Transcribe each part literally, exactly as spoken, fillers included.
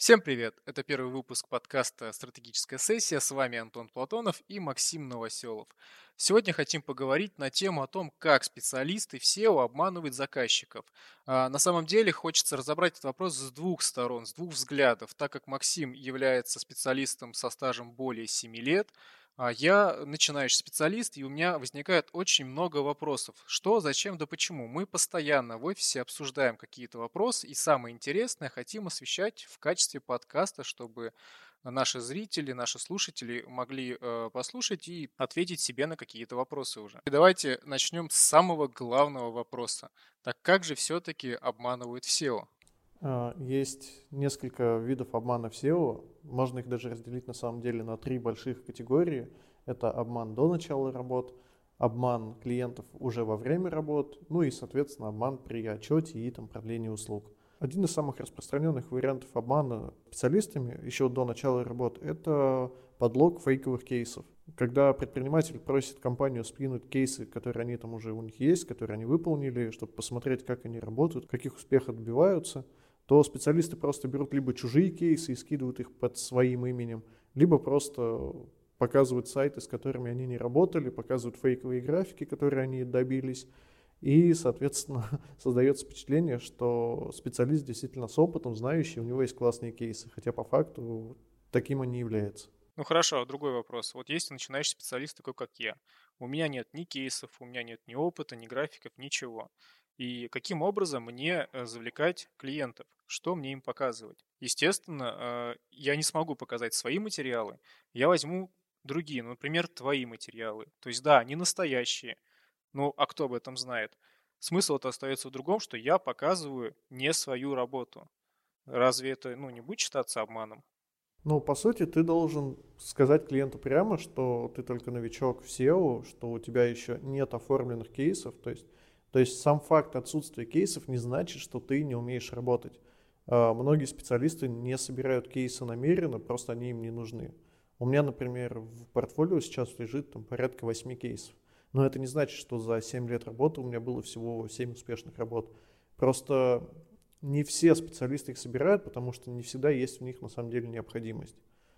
Всем привет! Это первый выпуск подкаста «Стратегическая сессия». С вами Антон Платонов и Максим Новоселов. Сегодня хотим поговорить на тему о том, как специалисты в сео обманывают заказчиков. А, На самом деле хочется разобрать этот вопрос с двух сторон, с двух взглядов, так как Максим является специалистом со стажем более семи лет, а я начинающий специалист, и у меня возникает очень много вопросов. Что, зачем, да почему? Мы постоянно в офисе обсуждаем какие-то вопросы, и самое интересное хотим освещать в качестве подкаста, чтобы наши зрители, наши слушатели могли э, послушать и ответить себе на какие-то вопросы уже. И давайте начнем с самого главного вопроса. Так как же все-таки обманывают в сео? А, Есть несколько видов обмана в сео. Можно их даже разделить на самом деле на три больших категории. Это обман до начала работ, обман клиентов уже во время работ, ну и, соответственно, обман при отчете и там, продлении услуг. Один из самых распространенных вариантов обмана специалистами еще до начала работ – это подлог фейковых кейсов. Когда предприниматель просит компанию скинуть кейсы, которые они там уже у них есть, которые они выполнили, чтобы посмотреть, как они работают, каких успехов добиваются, то специалисты просто берут либо чужие кейсы и скидывают их под своим именем, либо просто показывают сайты, с которыми они не работали, показывают фейковые графики, которые они добились, и, соответственно, создается впечатление, что специалист действительно с опытом, знающий, у него есть классные кейсы, хотя по факту таким он не является. Ну хорошо, другой вопрос. Вот есть начинающий специалист такой, как я. У меня нет ни кейсов, у меня нет ни опыта, ни графиков, ничего. И каким образом мне э, завлекать клиентов? Что мне им показывать? Естественно, э, я не смогу показать свои материалы. Я возьму другие, ну, например, твои материалы. То есть, да, они настоящие. Ну, а кто об этом знает? Смысл-то остается в другом, что я показываю не свою работу. Разве это, ну, не будет считаться обманом? Ну, по сути, ты должен сказать клиенту прямо, что ты только новичок в сео, что у тебя еще нет оформленных кейсов. То есть, то есть сам факт отсутствия кейсов не значит, что ты не умеешь работать. А, Многие специалисты не собирают кейсы намеренно, просто они им не нужны. У меня, например, в портфолио сейчас лежит там, порядка восьми кейсов. Но это не значит, что за семь лет работы у меня было всего семь успешных работ. Просто не все специалисты их собирают, потому что не всегда есть в них на самом деле необходимость.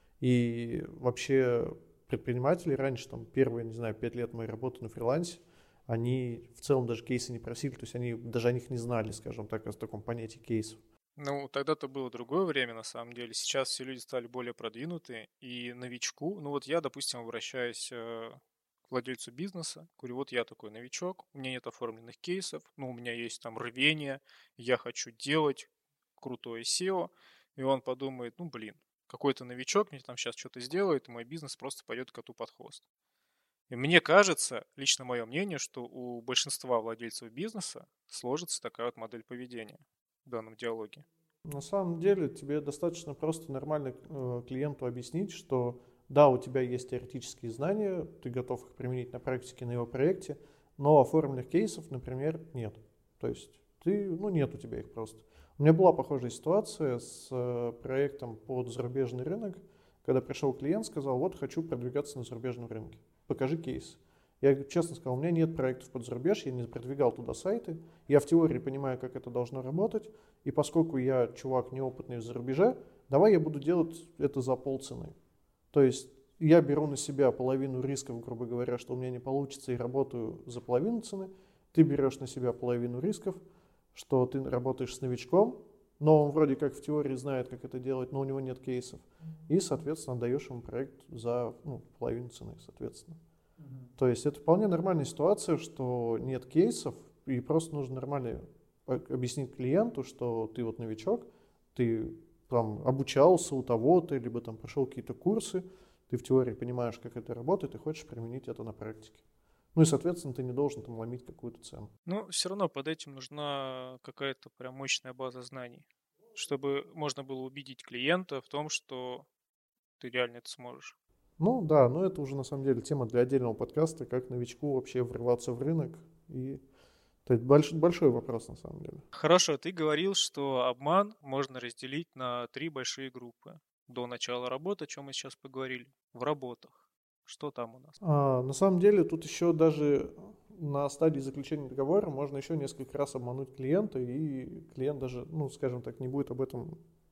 И вообще предприниматели раньше, там, первые, не знаю, пять лет моей работы на фрилансе, они в целом даже кейсы не просили, то есть они даже о них не знали, скажем так, о таком понятии кейсов. Ну, тогда-то было другое время, на самом деле. Сейчас все люди стали более продвинутые, и новичку, ну вот я, допустим, обращаюсь э, к владельцу бизнеса, говорю, вот я такой новичок, у меня нет оформленных кейсов, но у меня есть там рвение, я хочу делать крутое сео, и он подумает, ну, блин, какой-то новичок мне там сейчас что-то сделает, и мой бизнес просто пойдет коту под хвост. И мне кажется, лично мое мнение, что у большинства владельцев бизнеса сложится такая вот модель поведения в данном диалоге. На самом деле тебе достаточно просто нормально э, клиенту объяснить, что да, у тебя есть теоретические знания, ты готов их применить на практике на его проекте, но оформленных кейсов, например, нет. То есть ты, ну нет у тебя их просто. У меня была похожая ситуация с э, проектом под зарубежный рынок, когда пришел клиент, сказал, вот хочу продвигаться на зарубежном рынке, покажи кейс. Я честно сказал, у меня нет проектов под зарубеж, я не продвигал туда сайты, я в теории понимаю, как это должно работать, и поскольку я чувак неопытный за рубеже, давай я буду делать это за полцены. То есть я беру на себя половину рисков, грубо говоря, что у меня не получится, и работаю за половину цены. Ты берешь на себя половину рисков, что ты работаешь с новичком, но он вроде как в теории знает, как это делать, но у него нет кейсов. И, соответственно, отдаешь ему проект за ну, половину цены, соответственно. Mm-hmm. То есть это вполне нормальная ситуация, что нет кейсов, и просто нужно нормально объяснить клиенту, что ты вот новичок, ты там обучался у того-то, либо там прошел какие-то курсы, ты в теории понимаешь, как это работает, и хочешь применить это на практике. Ну и, соответственно, ты не должен там ломить какую-то цену. Но все равно под этим нужна какая-то прям мощная база знаний, чтобы можно было убедить клиента в том, что ты реально это сможешь. Ну да, но это уже на самом деле тема для отдельного подкаста, как новичку вообще врываться в рынок. И это больш, большой вопрос на самом деле. Хорошо, ты говорил, что обман можно разделить на три большие группы. До начала работы, о чем мы сейчас поговорили, в работах. Что там у нас? А, на самом деле тут еще даже на стадии заключения договора можно еще несколько раз обмануть клиента, и клиент даже, ну скажем так, не будет об этом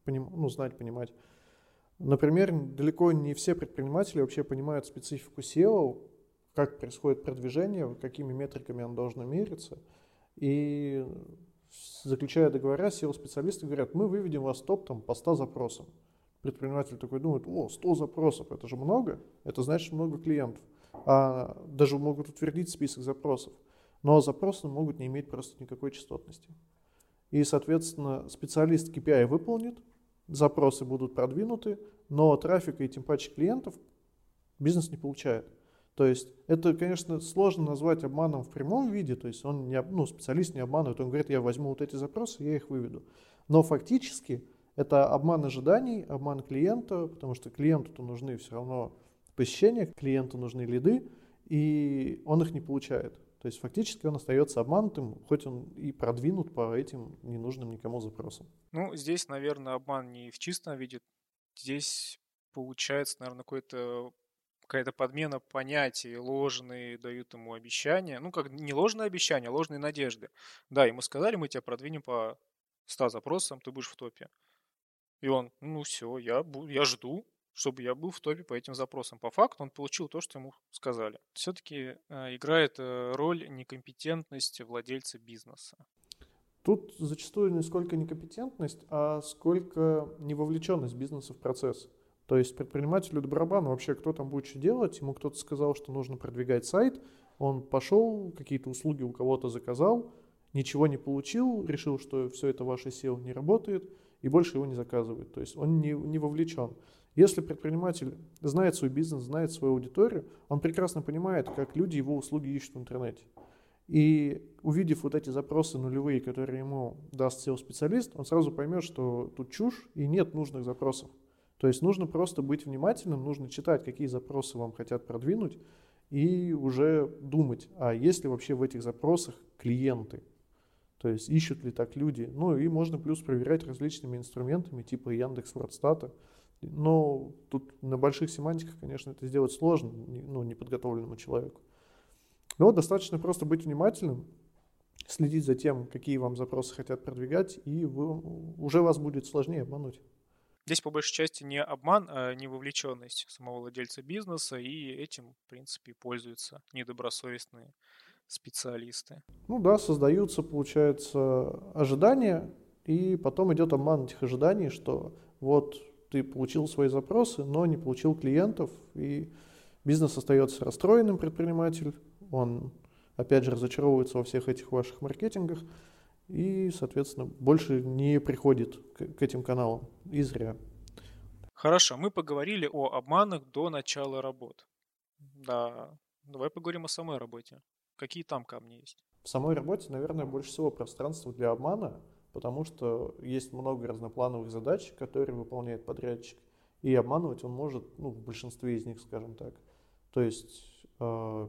поним, ну, знать, понимать. Например, далеко не все предприниматели вообще понимают специфику сео, как происходит продвижение, какими метриками оно должно мериться. И заключая договора, сео-специалисты говорят, мы выведем вас в топ там, по ста запросам. Предприниматель такой думает, о, сто запросов, это же много, это значит много клиентов. А даже могут утвердить список запросов, но запросы могут не иметь просто никакой частотности. И, соответственно, специалист кей пи ай выполнит, запросы будут продвинуты, но трафика и тем паче клиентов бизнес не получает. То есть это, конечно, сложно назвать обманом в прямом виде, то есть он не, ну, специалист не обманывает, он говорит, я возьму вот эти запросы, я их выведу. Но фактически это обман ожиданий, обман клиента, потому что клиенту-то нужны все равно посещения, клиенту нужны лиды, и он их не получает. То есть фактически он остается обманутым, хоть он и продвинут по этим ненужным никому запросам. Ну, здесь, наверное, обман не в чистом виде. Здесь получается, наверное, какой-то какая-то подмена понятий, ложные дают ему обещания. Ну, как не ложные обещания, а ложные надежды. Да, ему сказали, мы тебя продвинем по ста запросам, ты будешь в топе. И он, ну все, я, бу- я жду, чтобы я был в топе по этим запросам. По факту он получил то, что ему сказали. Все-таки э, играет э, роль некомпетентность владельца бизнеса. Тут зачастую не сколько некомпетентность, а сколько невовлеченность бизнеса в процесс. То есть предпринимателю до барабана вообще, кто там будет что делать, ему кто-то сказал, что нужно продвигать сайт, он пошел, какие-то услуги у кого-то заказал, ничего не получил, решил, что все это ваше сео не работает, и больше его не заказывает. То есть он не, не вовлечен. Если предприниматель знает свой бизнес, знает свою аудиторию, он прекрасно понимает, как люди его услуги ищут в интернете. И увидев вот эти запросы нулевые, которые ему даст сео-специалист, он сразу поймет, что тут чушь и нет нужных запросов. То есть нужно просто быть внимательным, нужно читать, какие запросы вам хотят продвинуть, и уже думать, а есть ли вообще в этих запросах клиенты. То есть ищут ли так люди. Ну и можно плюс проверять различными инструментами, типа Яндекс.Вордстата. Но тут на больших семантиках, конечно, это сделать сложно, ну, неподготовленному человеку. Но достаточно просто быть внимательным, следить за тем, какие вам запросы хотят продвигать, и вы, уже вас будет сложнее обмануть. Здесь по большей части не обман, а невовлеченность самого владельца бизнеса, и этим, в принципе, пользуются недобросовестные специалисты. Ну да, создаются, получается, ожидания, и потом идет обман этих ожиданий, что вот ты получил свои запросы, но не получил клиентов, и бизнес остается расстроенным, предприниматель, он опять же разочаровывается во всех этих ваших маркетингах, и, соответственно, больше не приходит к, к этим каналам, и зря. Хорошо, мы поговорили о обманах до начала работ. Да, давай поговорим о самой работе. Какие там камни есть? В самой работе, наверное, больше всего пространства для обмана, потому что есть много разноплановых задач, которые выполняет подрядчик, и обманывать он может, ну, в большинстве из них, скажем так. То есть, э,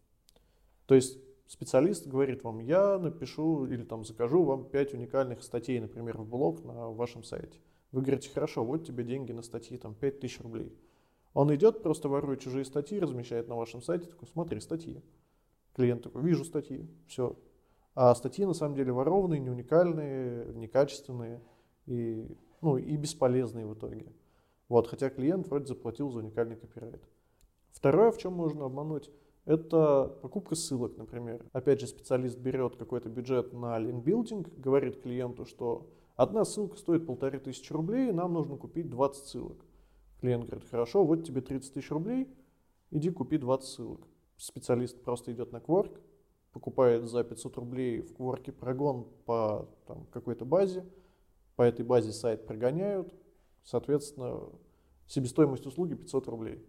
то есть специалист говорит вам, я напишу или там закажу вам пять уникальных статей, например, в блог на вашем сайте. Вы говорите, хорошо, вот тебе деньги на статьи, там пять тысяч рублей. Он идет, просто ворует чужие статьи, размещает на вашем сайте, такой, смотри, статьи. Клиент такой, вижу статьи, все. А статьи на самом деле ворованные, не уникальные, некачественные и, ну, и бесполезные в итоге. Вот, хотя клиент вроде заплатил за уникальный копирайт. Второе, в чем можно обмануть, это покупка ссылок, например. Опять же, специалист берет какой-то бюджет на линкбилдинг, говорит клиенту, что одна ссылка стоит полторы тысячи рублей, нам нужно купить двадцать ссылок. Клиент говорит, хорошо, вот тебе тридцать тысяч рублей, иди купи двадцать ссылок. Специалист просто идет на Quark, покупает за пятьсот рублей в Quark прогон по там, какой-то базе, по этой базе сайт прогоняют, соответственно, себестоимость услуги пятьсот рублей.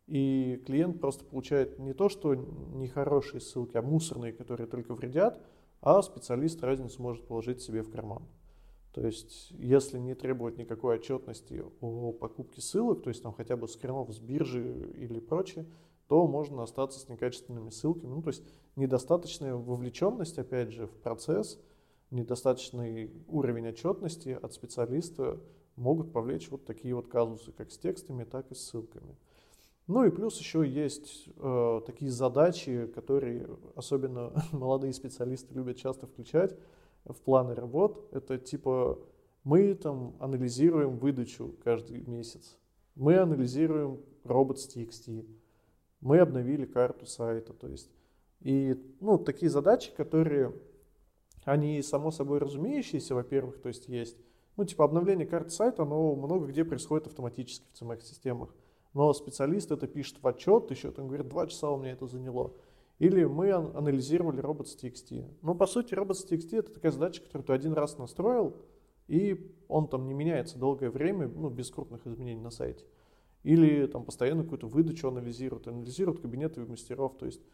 И клиент просто получает не то, что нехорошие ссылки, а мусорные, которые только вредят, а специалист разницу может положить себе в карман. То есть, если не требовать никакой отчетности о покупке ссылок, то есть там хотя бы скринов с биржи или прочее, то можно остаться с некачественными ссылками. Ну, то есть недостаточная вовлеченность, опять же, в процесс, недостаточный уровень отчетности от специалиста могут повлечь вот такие вот казусы, как с текстами, так и с ссылками. Ну и плюс еще есть э, такие задачи, которые особенно молодые специалисты любят часто включать в планы работ. Это типа Мы там анализируем выдачу каждый месяц. Мы анализируем robots.txt. Мы обновили карту сайта. То есть, и ну, такие задачи, которые, они само собой разумеющиеся, во-первых, то есть есть. Ну, типа обновление карты сайта, оно много где происходит автоматически в си эм эс-системах. Но специалист это пишет в отчет, еще там говорит, два часа у меня это заняло. Или мы анализировали robots.txt. Ну, по сути, robots.txt это такая задача, которую ты один раз настроил, и он там не меняется долгое время, ну, без крупных изменений на сайте. Или там постоянно какую-то выдачу анализируют, анализируют кабинеты мастеров. То есть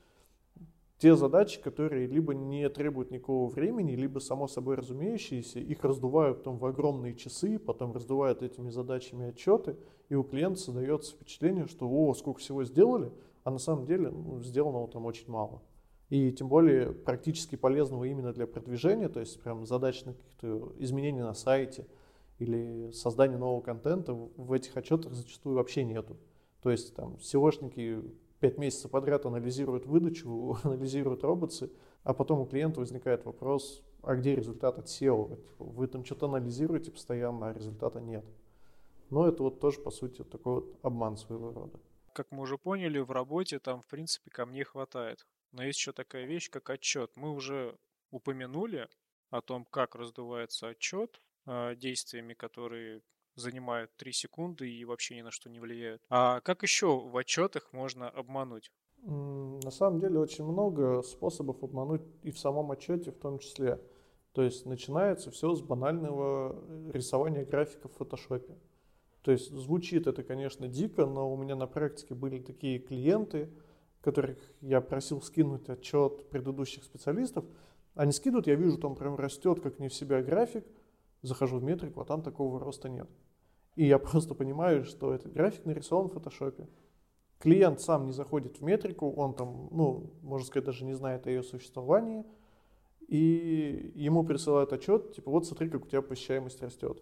те задачи, которые либо не требуют никакого времени, либо само собой разумеющиеся, их раздувают потом в огромные часы, потом раздувают этими задачами отчеты, и у клиента создается впечатление, что о, сколько всего сделали, а на самом деле ну, сделанного там очень мало. И тем более практически полезного именно для продвижения, то есть прям задач на каких-то изменений на сайте или создания нового контента в этих отчетах зачастую вообще нету. То есть там сеошники пять месяцев подряд анализируют выдачу, анализируют роботсы, а потом у клиента возникает вопрос, а где результат от сео? Типа, вы там что-то анализируете постоянно, а результата нет. Но это вот тоже, по сути, такой вот обман своего рода. Как мы уже поняли, в работе там, в принципе, камней хватает. Но есть еще такая вещь, как отчет. Мы уже упомянули о том, как раздувается отчет, действиями, которые занимают три секунды и вообще ни на что не влияют. А как еще в отчетах можно обмануть? На самом деле очень много способов обмануть и в самом отчете в том числе. То есть начинается все с банального рисования графиков в фотошопе. То есть звучит это, конечно, дико, но у меня на практике были такие клиенты, которых я просил скинуть отчет предыдущих специалистов. Они скидывают, я вижу, там прям растет как не в себя график, захожу в метрику, а там такого роста нет. И я просто понимаю, что этот график нарисован в фотошопе. Клиент сам не заходит в метрику, он там, ну, можно сказать, даже не знает о ее существовании, и ему присылают отчет, типа, вот смотри, как у тебя посещаемость растет.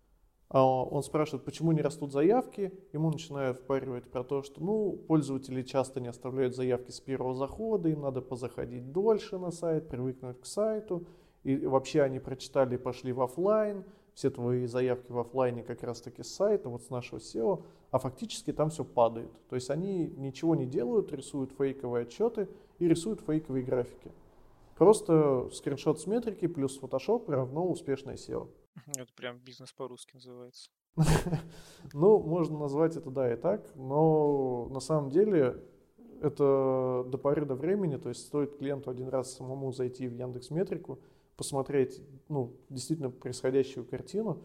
Он спрашивает, почему не растут заявки, ему начинают впаривать про то, что ну, пользователи часто не оставляют заявки с первого захода, им надо позаходить дольше на сайт, привыкнуть к сайту, и вообще они прочитали и пошли в офлайн, все твои заявки в офлайне как раз таки с сайта, вот с нашего сео, а фактически там все падает. То есть они ничего не делают, рисуют фейковые отчеты и рисуют фейковые графики. Просто скриншот с метрики плюс Photoshop равно успешное сео. Это прям бизнес по-русски называется. Ну, можно назвать это да и так, но на самом деле это до поры до времени, то есть стоит клиенту один раз самому зайти в Яндекс.Метрику, посмотреть ну, действительно происходящую картину,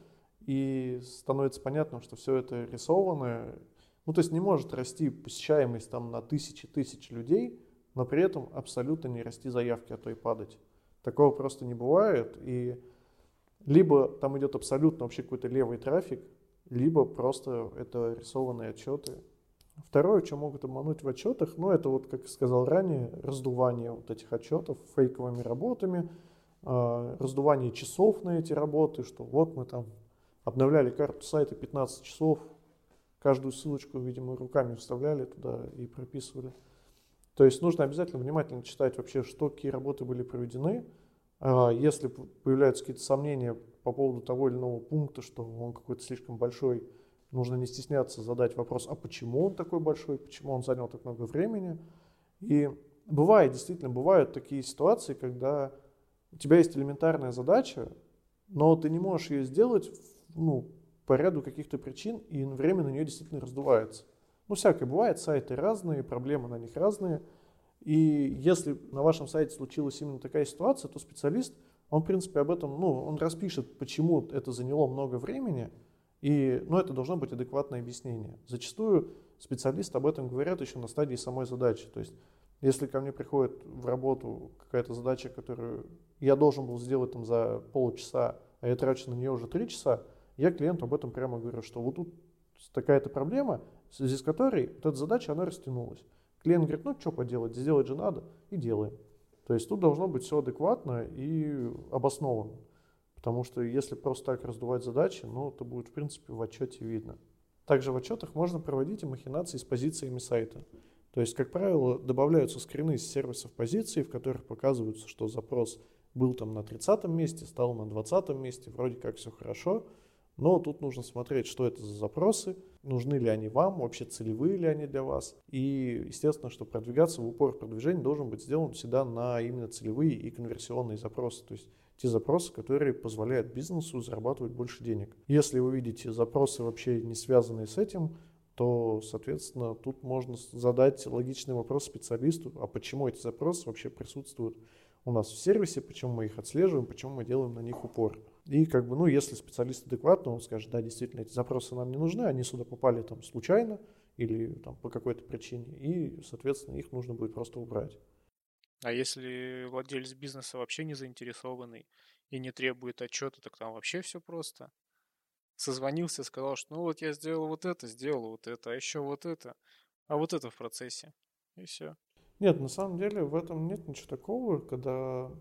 и становится понятным, что все это рисованное. Ну, то есть не может расти посещаемость там на тысячи тысяч людей, но при этом абсолютно не расти заявки, а то и падать. Такого просто не бывает, и либо там идет абсолютно вообще какой-то левый трафик, либо просто это рисованные отчеты. Второе, что могут обмануть в отчетах, ну это вот, как я сказал ранее, раздувание вот этих отчетов фейковыми работами, э, раздувание часов на эти работы, что вот мы там обновляли карту сайта пятнадцать часов, каждую ссылочку, видимо, руками вставляли туда и прописывали. То есть нужно обязательно внимательно читать вообще, что какие работы были проведены. Если появляются какие-то сомнения по поводу того или иного пункта, что он какой-то слишком большой, нужно не стесняться задать вопрос, а почему он такой большой, почему он занял так много времени. И бывает, действительно, бывают такие ситуации, когда у тебя есть элементарная задача, но ты не можешь ее сделать ну, по ряду каких-то причин, и время на нее действительно раздувается. Ну, всякое бывает, сайты разные, проблемы на них разные. И если на вашем сайте случилась именно такая ситуация, то специалист, он, в принципе, об этом, ну, он распишет, почему это заняло много времени, и, ну, это должно быть адекватное объяснение. Зачастую специалисты об этом говорят еще на стадии самой задачи. То есть, если ко мне приходит в работу какая-то задача, которую я должен был сделать там за полчаса, а я трачу на нее уже три часа, я клиенту об этом прямо говорю, что вот тут такая-то проблема, в связи с которой вот эта задача, она растянулась. Клиент говорит, ну что поделать, сделать же надо, и делаем. То есть тут должно быть все адекватно и обоснованно. Потому что если просто так раздувать задачи, ну это будет в принципе в отчете видно. Также в отчетах можно проводить и махинации с позициями сайта. То есть, как правило, добавляются скрины из сервисов позиций, в которых показывается, что запрос был там на тридцатом месте, стал на двадцатом месте, вроде как все хорошо, но тут нужно смотреть, что это за запросы, нужны ли они вам, вообще целевые ли они для вас. И, естественно, что продвигаться в упор продвижения должен быть сделан всегда на именно целевые и конверсионные запросы, то есть те запросы, которые позволяют бизнесу зарабатывать больше денег. Если вы видите запросы вообще не связанные с этим, то, соответственно, тут можно задать логичный вопрос специалисту, а почему эти запросы вообще присутствуют у нас в сервисе, почему мы их отслеживаем, почему мы делаем на них упор. И как бы, ну, если специалист адекватный, он скажет, да, действительно, эти запросы нам не нужны, они сюда попали там случайно или там по какой-то причине, и, соответственно, их нужно будет просто убрать. А если владелец бизнеса вообще не заинтересованный и не требует отчета, так там вообще все просто. Созвонился, сказал, что ну вот я сделал вот это, сделал вот это, а еще вот это, а вот это в процессе. И все. Нет, на самом деле в этом нет ничего такого, когда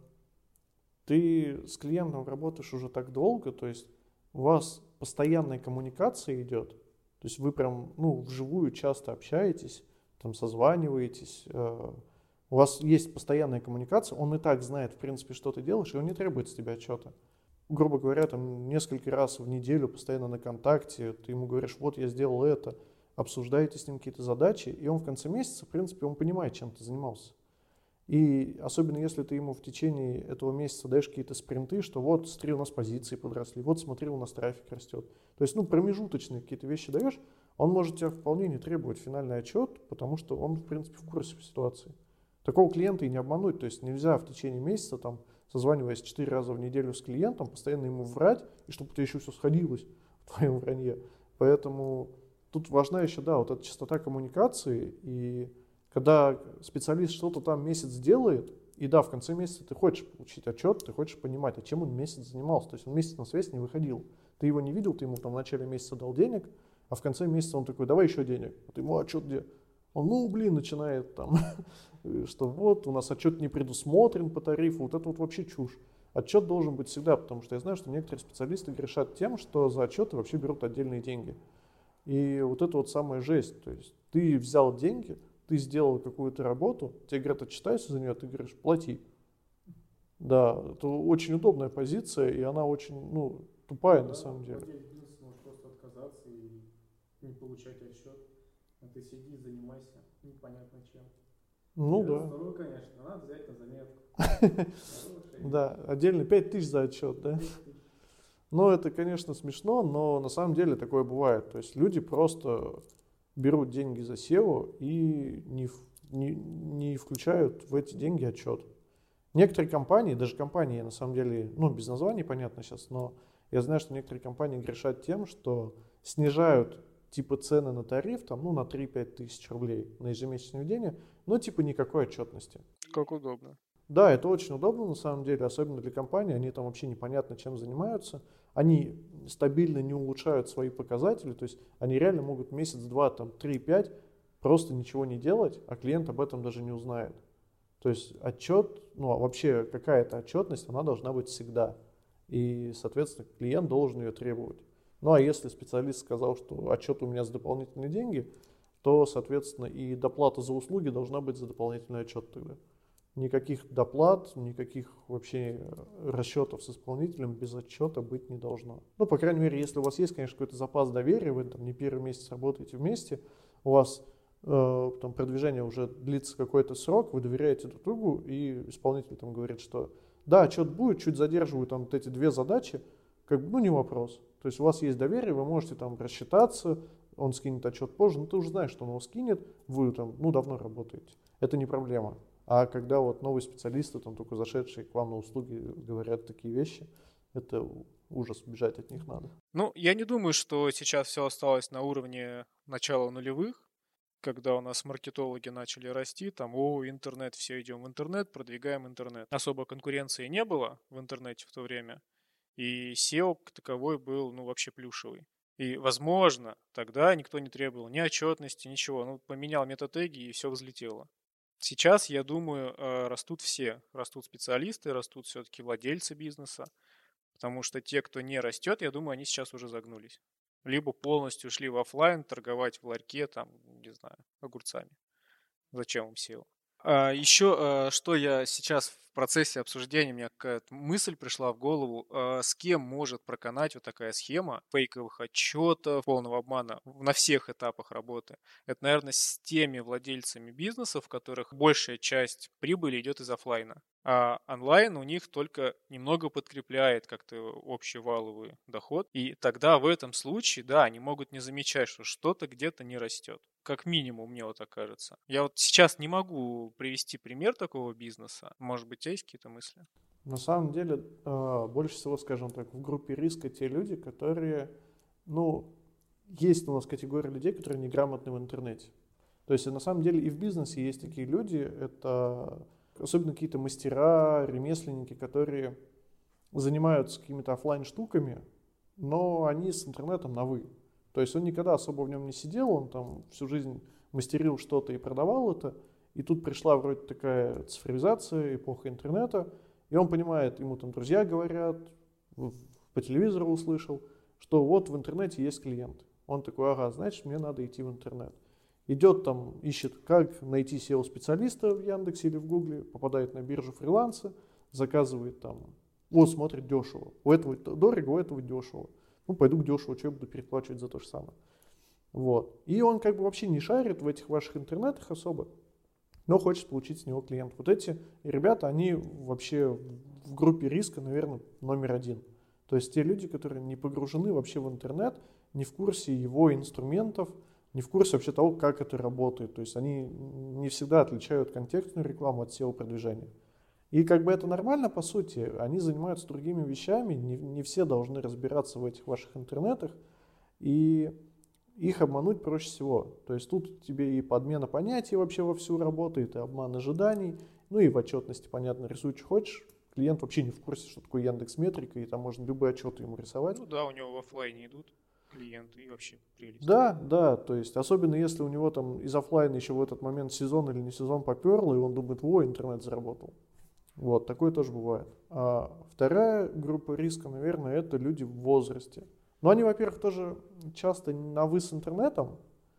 ты с клиентом работаешь уже так долго, то есть у вас постоянная коммуникация идет, то есть вы прям, ну, вживую часто общаетесь, там созваниваетесь, э, у вас есть постоянная коммуникация, он и так знает, в принципе, что ты делаешь, и он не требует с тебя отчета. Грубо говоря, там несколько раз в неделю постоянно на контакте, ты ему говоришь, вот я сделал это, обсуждаете с ним какие-то задачи, и он в конце месяца, в принципе, он понимает, чем ты занимался. И особенно если ты ему в течение этого месяца даешь какие-то спринты, что вот, смотри, у нас позиции подросли, вот, смотри, у нас трафик растет. То есть, ну, промежуточные какие-то вещи даешь, он может тебя вполне не требовать финальный отчет, потому что он, в принципе, в курсе ситуации. Такого клиента и не обмануть, то есть нельзя в течение месяца, там, созваниваясь четыре раза в неделю с клиентом, постоянно ему врать, и чтобы у тебя еще все сходилось в твоем вранье. Поэтому тут важна еще, да, вот эта частота коммуникации, и когда специалист что-то там месяц делает, и да, в конце месяца ты хочешь получить отчет, ты хочешь понимать, а чем он месяц занимался. То есть он месяц на связь не выходил. Ты его не видел, ты ему там в начале месяца дал денег, а в конце месяца он такой, давай еще денег. А ты ему отчет где? Он, ну, блин, начинает там, что вот, у нас отчет не предусмотрен по тарифу, вот это вот вообще чушь. Отчет должен быть всегда, потому что я знаю, что некоторые специалисты грешат тем, что за отчеты вообще берут отдельные деньги. И вот это вот самая жесть. То есть ты взял деньги, ты сделал какую-то работу, тебе говорят, отчитайся за нее, ты говоришь, плати. Да, это очень удобная позиция, и она очень, ну, тупая ну, на да, самом деле. Владелец бизнеса может просто отказаться и не получать отчет. А ты сиди, занимайся непонятно чем. Ну Я да. здорово, конечно, надо взять на заметку. Да, отдельно пять тысяч за отчет, да? Ну, это, конечно, смешно, но на самом деле такое бывает. То есть люди просто берут деньги за сео и не, не, не включают в эти деньги отчет. Некоторые компании, даже компании, на самом деле, ну, без названий, понятно сейчас, но я знаю, что некоторые компании грешат тем, что снижают типа цены на тариф, там, ну, на три-пять тысяч рублей на ежемесячное ведение, но типа никакой отчетности. Как удобно. Да, это очень удобно на самом деле, особенно для компаний, они там вообще непонятно чем занимаются, они стабильно не улучшают свои показатели, то есть они реально могут месяц, два, там, три, пять просто ничего не делать, а клиент об этом даже не узнает. То есть отчет, ну а вообще какая-то отчетность, она должна быть всегда, и, соответственно, клиент должен ее требовать. Ну а если специалист сказал, что отчет у меня за дополнительные деньги, то, соответственно, и доплата за услуги должна быть за дополнительный отчет тогда. Никаких доплат, никаких вообще расчетов с исполнителем без отчета быть не должно. Ну, по крайней мере, если у вас есть, конечно, какой-то запас доверия, вы там не первый месяц работаете вместе, у вас э, там продвижение уже длится какой-то срок, вы доверяете друг другу, и исполнитель там говорит, что да, отчет будет, чуть задерживаю там вот эти две задачи, как бы, ну, не вопрос. То есть у вас есть доверие, вы можете там рассчитаться, он скинет отчет позже, но ты уже знаешь, что он его скинет, вы там, ну, давно работаете. Это не проблема. А когда вот новые специалисты, там только зашедшие к вам на услуги, говорят такие вещи, это ужас, бежать от них надо. Ну, я не думаю, что сейчас все осталось на уровне начала нулевых, когда у нас маркетологи начали расти, там, о, интернет, все идем в интернет, продвигаем интернет. Особо конкуренции не было в интернете в то время, и сео как таковой был, ну, вообще плюшевый. И, возможно, тогда никто не требовал ни отчетности, ничего. Ну, поменял метатеги, и все взлетело. Сейчас, я думаю, растут все. Растут специалисты, растут все-таки владельцы бизнеса. Потому что те, кто не растет, я думаю, они сейчас уже загнулись. Либо полностью ушли в офлайн, торговать в ларьке, там, не знаю, огурцами. Зачем им сео? А еще, что я сейчас в процессе обсуждения мне какая-то мысль пришла в голову, а с кем может проканать вот такая схема фейковых отчетов, полного обмана на всех этапах работы. Это, наверное, с теми владельцами бизнесов, в которых большая часть прибыли идет из оффлайна. А онлайн у них только немного подкрепляет как-то общий валовый доход. И тогда в этом случае, да, они могут не замечать, что что-то где-то не растет. Как минимум, мне вот так кажется. Я вот сейчас не могу привести пример такого бизнеса. Может быть, у тебя есть какие-то мысли? На самом деле, э, больше всего, скажем так, в группе риска те люди, которые, ну, есть у нас категория людей, которые неграмотны в интернете. То есть, на самом деле, и в бизнесе есть такие люди, это особенно какие-то мастера, ремесленники, которые занимаются какими-то офлайн штуками, но они с интернетом на «вы». То есть он никогда особо в нем не сидел, он там всю жизнь мастерил что-то и продавал это, и тут пришла вроде такая цифровизация, эпоха интернета, и он понимает, ему там друзья говорят, по телевизору услышал, что вот в интернете есть клиент. Он такой, ага, значит, мне надо идти в интернет. Идет там, ищет, как найти сео-специалиста в Яндексе или в Гугле, попадает на биржу фриланса, заказывает там, вот смотрит дешево, у этого дорого, у этого дешево. Ну, пойду к дешево, что я буду переплачивать за то же самое. Вот. И он как бы вообще не шарит в этих ваших интернетах особо, но хочет получить с него клиент. Вот эти ребята, они вообще в группе риска, наверное, номер один. То есть те люди, которые не погружены вообще в интернет, не в курсе его инструментов, не в курсе вообще того, как это работает. То есть они не всегда отличают контекстную рекламу от сео-продвижения. И как бы это нормально, по сути, они занимаются другими вещами, не, не все должны разбираться в этих ваших интернетах, и их обмануть проще всего. То есть тут тебе и подмена понятий вообще вовсю работает, и обман ожиданий, ну и в отчетности, понятно, рисуй, что хочешь. Клиент вообще не в курсе, что такое Яндекс.Метрика, и там можно любые отчеты ему рисовать. Ну да, у него в оффлайне идут клиенты, и вообще прелесть. Да, да, то есть особенно если у него там из оффлайна еще в этот момент сезон или не сезон поперло, и он думает, во, интернет заработал. Вот, такое тоже бывает. А вторая группа риска, наверное, это люди в возрасте. Но они, во-первых, тоже часто на «вы» с интернетом,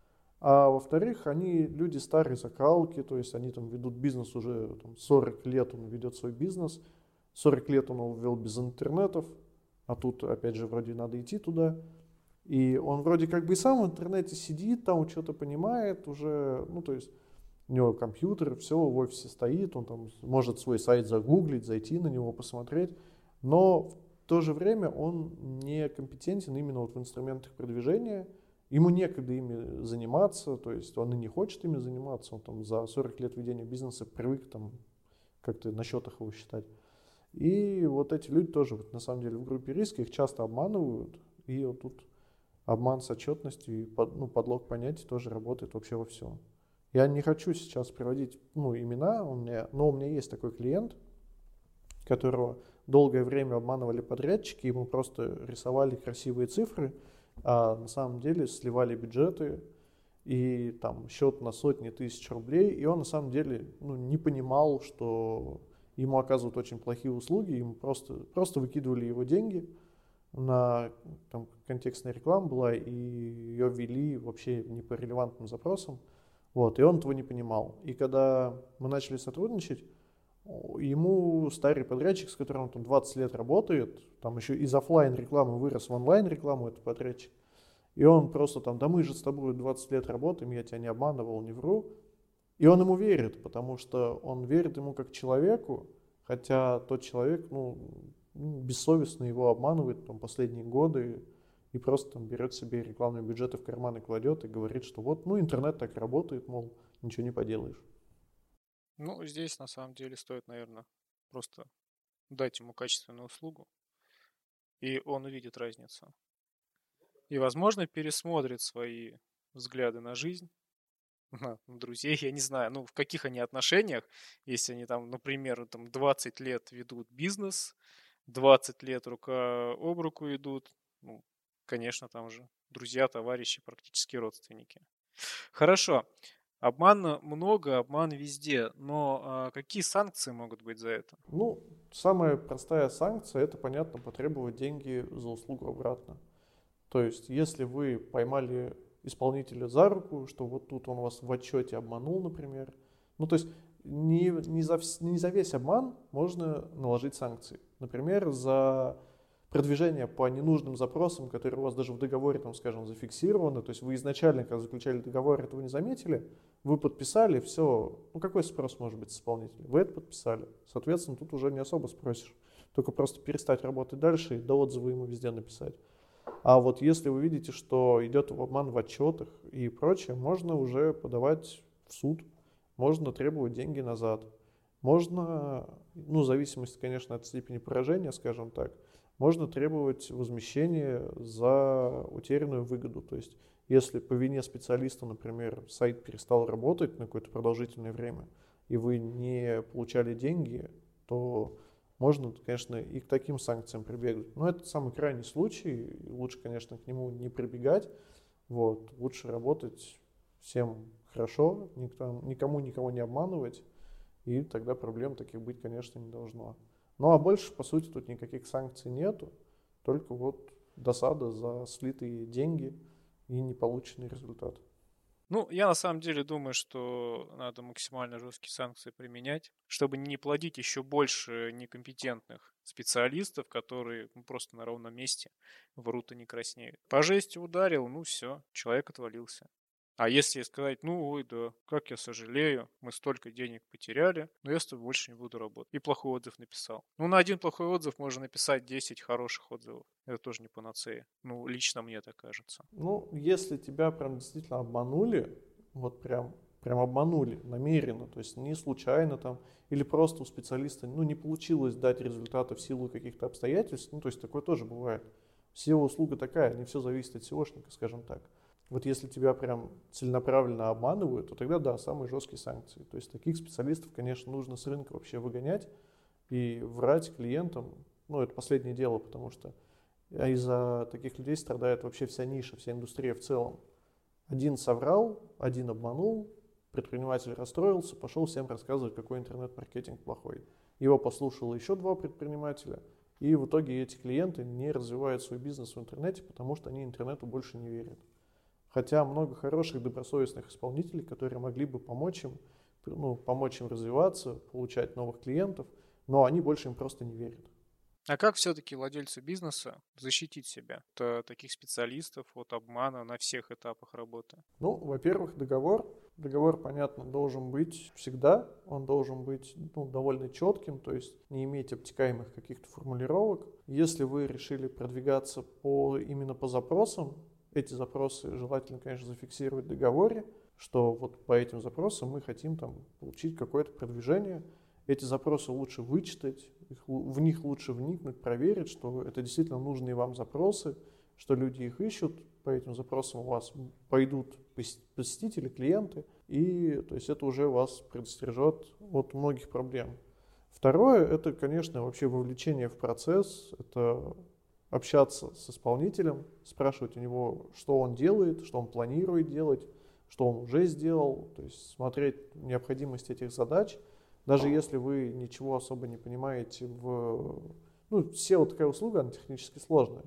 а во-вторых, они люди старой закалки, то есть они там ведут бизнес уже там, сорок лет, он ведет свой бизнес, сорок лет он его вел без интернетов, а тут, опять же, вроде надо идти туда. И он вроде как бы и сам в интернете сидит, там что-то понимает уже, ну, то есть у него компьютер, все в офисе стоит, он там может свой сайт загуглить, зайти на него, посмотреть, но в то же время он не компетентен именно вот в инструментах продвижения, ему некогда ими заниматься, то есть он и не хочет ими заниматься, он там за сорок лет ведения бизнеса привык там как-то на счетах его считать. И вот эти люди тоже вот, на самом деле в группе риска, их часто обманывают, и вот тут обман с отчетностью и под, ну, подлог понятий тоже работает вообще во всем. Я не хочу сейчас приводить ну, имена, у меня, но у меня есть такой клиент, которого долгое время обманывали подрядчики, ему просто рисовали красивые цифры, а на самом деле сливали бюджеты и там счет на сотни тысяч рублей, и он на самом деле ну, не понимал, что ему оказывают очень плохие услуги, ему просто, просто выкидывали его деньги, на там, контекстная реклама была, и ее ввели вообще не по релевантным запросам. Вот, и он этого не понимал. И когда мы начали сотрудничать, ему старый подрядчик, с которым он там двадцать лет работает, там еще из офлайн рекламы вырос в онлайн рекламу этот подрядчик, и он просто там, да мы же с тобой двадцать лет работаем, я тебя не обманывал, не вру. И он ему верит, потому что он верит ему как человеку, хотя тот человек, ну, бессовестно его обманывает там последние годы, и просто там берет себе рекламные бюджеты в карман и кладет, и говорит, что вот, ну, интернет так работает, мол, ничего не поделаешь. Ну, здесь на самом деле стоит, наверное, просто дать ему качественную услугу, и он увидит разницу. И, возможно, пересмотрит свои взгляды на жизнь, на друзей, я не знаю, ну, в каких они отношениях, если они там, например, там двадцать лет ведут бизнес, двадцать лет рука об руку идут, ну, конечно, там же друзья, товарищи, практически родственники. Хорошо. Обмана много, обман везде, но а, какие санкции могут быть за это? Ну, самая простая санкция, это, понятно, потребовать деньги за услугу обратно. То есть, если вы поймали исполнителя за руку, что вот тут он вас в отчете обманул, например, ну, то есть, не, не, за, вс- не за весь обман можно наложить санкции. Например, за продвижение по ненужным запросам, которые у вас даже в договоре, там, скажем, зафиксированы. То есть вы изначально, когда заключали договор, этого не заметили, вы подписали, все. Ну какой спрос может быть с исполнителя? Вы это подписали. Соответственно, тут уже не особо спросишь. Только просто перестать работать дальше и до отзыва ему везде написать. А вот если вы видите, что идет обман в отчетах и прочее, можно уже подавать в суд, можно требовать деньги назад. Можно, ну, в зависимости, конечно, от степени поражения, скажем так, можно требовать возмещения за утерянную выгоду. То есть, если по вине специалиста, например, сайт перестал работать на какое-то продолжительное время, и вы не получали деньги, то можно, конечно, и к таким санкциям прибегнуть. Но это самый крайний случай. Лучше, конечно, к нему не прибегать. Вот. Лучше работать всем хорошо, никто, никому никого не обманывать. И тогда проблем таких быть, конечно, не должно. Ну а больше, по сути, тут никаких санкций нету. Только вот досада за слитые деньги и неполученный результат. Ну, я на самом деле думаю, что надо максимально жесткие санкции применять, чтобы не плодить еще больше некомпетентных специалистов, которые ну, просто на ровном месте врут и не краснеют. По жести ударил, ну все, человек отвалился. А если сказать, ну ой, да, как я сожалею, мы столько денег потеряли, но я с тобой больше не буду работать. И плохой отзыв написал. Ну, на один плохой отзыв можно написать десять хороших отзывов. Это тоже не панацея. Ну, лично мне так кажется. Ну, если тебя прям действительно обманули, вот прям, прям обманули намеренно, то есть не случайно там, или просто у специалиста, ну, не получилось дать результаты в силу каких-то обстоятельств, ну, то есть такое тоже бывает. сео-услуга такая, не все зависит от сеошника, скажем так. Вот если тебя прям целенаправленно обманывают, то тогда да, самые жесткие санкции. То есть таких специалистов, конечно, нужно с рынка вообще выгонять и врать клиентам. Ну, это последнее дело, потому что из-за таких людей страдает вообще вся ниша, вся индустрия в целом. Один соврал, один обманул, предприниматель расстроился, пошел всем рассказывать, какой интернет-маркетинг плохой. Его послушало еще два предпринимателя, и в итоге эти клиенты не развивают свой бизнес в интернете, потому что они интернету больше не верят. Хотя много хороших, добросовестных исполнителей, которые могли бы помочь им, ну, помочь им развиваться, получать новых клиентов, но они больше им просто не верят. А как все-таки владельцу бизнеса защитить себя от таких специалистов от обмана на всех этапах работы? Ну, во-первых, договор. Договор, понятно, должен быть всегда. Он должен быть ну, довольно четким, то есть не иметь обтекаемых каких-то формулировок. Если вы решили продвигаться по, именно по запросам, эти запросы желательно, конечно, зафиксировать в договоре, что вот по этим запросам мы хотим там получить какое-то продвижение. Эти запросы лучше вычитать, их, в них лучше вникнуть, проверить, что это действительно нужные вам запросы, что люди их ищут, по этим запросам у вас пойдут посетители, клиенты, и то есть это уже вас предостережет от многих проблем. Второе, это, конечно, вообще вовлечение в процесс, это общаться с исполнителем, спрашивать у него, что он делает, что он планирует делать, что он уже сделал, то есть смотреть необходимость этих задач. Даже если вы ничего особо не понимаете в... Ну, сео такая услуга, она технически сложная.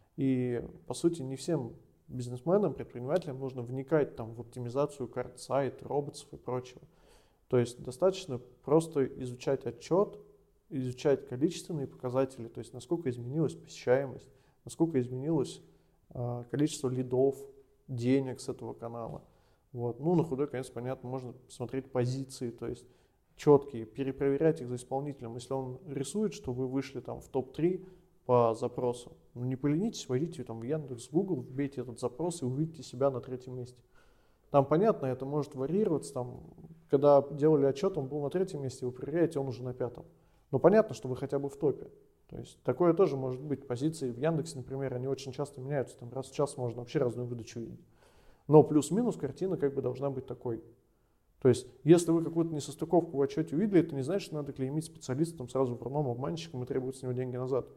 И, по сути, не всем бизнесменам, предпринимателям нужно вникать там, в оптимизацию карт сайта, роботов и прочего. То есть достаточно просто изучать отчет, изучать количественные показатели, то есть насколько изменилась посещаемость, насколько изменилось э, количество лидов, денег с этого канала. Вот. Ну, на худой конец, понятно, можно посмотреть позиции, то есть четкие, перепроверять их за исполнителем. Если он рисует, что вы вышли там в топ три по запросу, ну не поленитесь, войдите там в Яндекс, в Google, вбейте этот запрос и увидите себя на третьем месте. Там, понятно, это может варьироваться. Там, когда делали отчет, он был на третьем месте, вы проверяете, он уже на пятом. Но понятно, что вы хотя бы в топе. То есть такое тоже может быть. Позиции в Яндексе, например, они очень часто меняются. Там раз в час можно вообще разную выдачу видеть. Но плюс-минус картина как бы должна быть такой. То есть, если вы какую-то несостыковку в отчете увидели, это не значит, что надо клеймить специалиста там, сразу врном обманщиком и требовать с него деньги назад.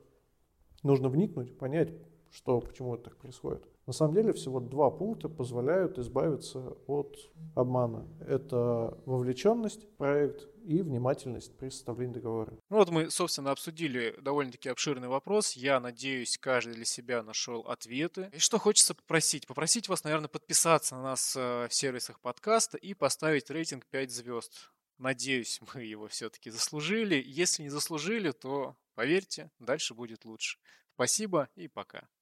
Нужно вникнуть, понять, что, почему это так происходит. На самом деле, всего два пункта позволяют избавиться от обмана. Это вовлеченность в проект и внимательность при составлении договора. Ну вот мы, собственно, обсудили довольно-таки обширный вопрос. Я надеюсь, каждый для себя нашел ответы. И что хочется попросить? Попросить вас, наверное, подписаться на нас в сервисах подкаста и поставить рейтинг пять звезд. Надеюсь, мы его все-таки заслужили. Если не заслужили, то, поверьте, дальше будет лучше. Спасибо и пока.